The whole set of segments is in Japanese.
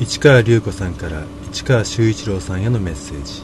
市川隆子さんから市川修一郎さんへのメッセージ。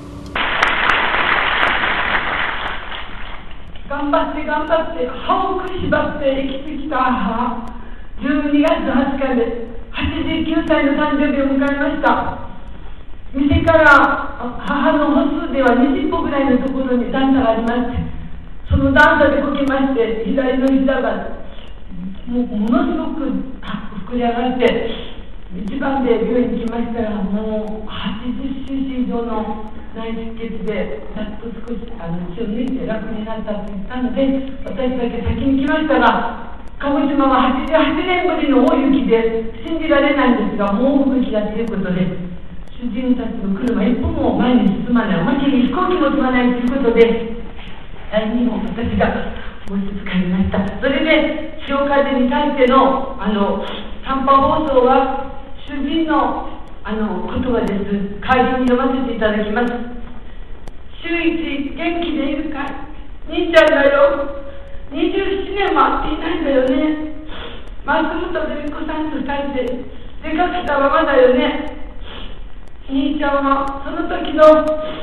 頑張って歯をくしばって生きてきた母、12月20日で89歳の誕生日を迎えました。店から母の歩数では20歩ぐらいのところに段差がありまして、その段差でこけまして、左の膝がものすごく膨れ上がって、一番で病院に来ましたら、もう 80cc 以上の内出血でざっと少し血を抜いて楽になったって言ったので、私だけ先に来ましたが、鹿児島は88年ぶりの大雪で信じられないんですが、猛吹雪だということで、主人たちの車一歩も前に進まない、おまけに飛行機も飛ばないということで、第2も私がもう一つ帰りました。それで潮風に対しての短波放送は主人の言葉です。代わりに読ませていただきます。周一、元気でいるかい？兄ちゃんだよ。27年も会っていないんだよね。松本留美子さんと2人で出かけたままだよね。兄ちゃんはその時の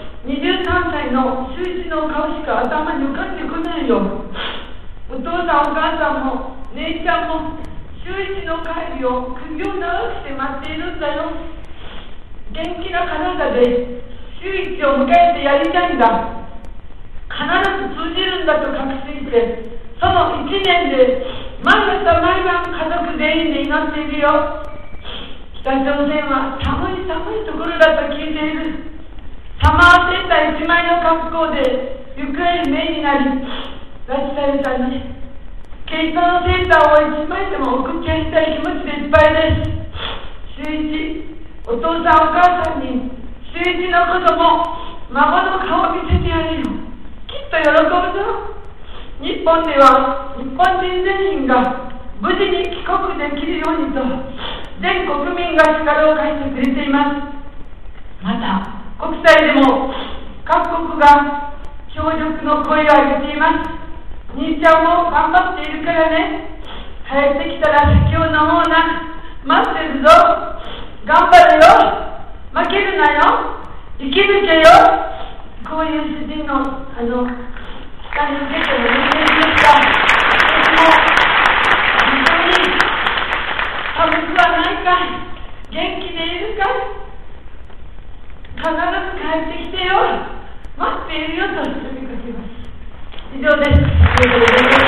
23歳の周一の顔しか頭に浮かんでこないよ。お父さんお母さんも姉ちゃんも周一の帰りを首を長くして待っているんだよ。元気な体で周一を迎えてやりたいんだ。必ず通じるんだと確信して、その1年で毎朝毎晩家族全員で祈っているよ。北朝鮮は寒いところだと聞いている。サマーセーター1枚の格好で行方不明になり拉致されたね。毛糸のセーターを1枚でも送ってやりたい気持ちでいっぱいです。周一、お父さんお母さんに周一のことも孫の顔を見せてやれよ。きっと喜ぶぞ。日本では日本人全員が無事に帰国できるようにと全国民が力を貸してくれています。また国際でも各国が協力の声を上げています。兄ちゃんも頑張っているからね。帰ってきたら酒を飲もうな。待ってるぞ。頑張るよ。負けるなよ。生き抜けよ。こういう主人の下に受けてのメッセージでした。私も本当に寒くはないかい？元気でいるかい？必ず帰ってきてよ。待っているよと呼びかけます。以上です。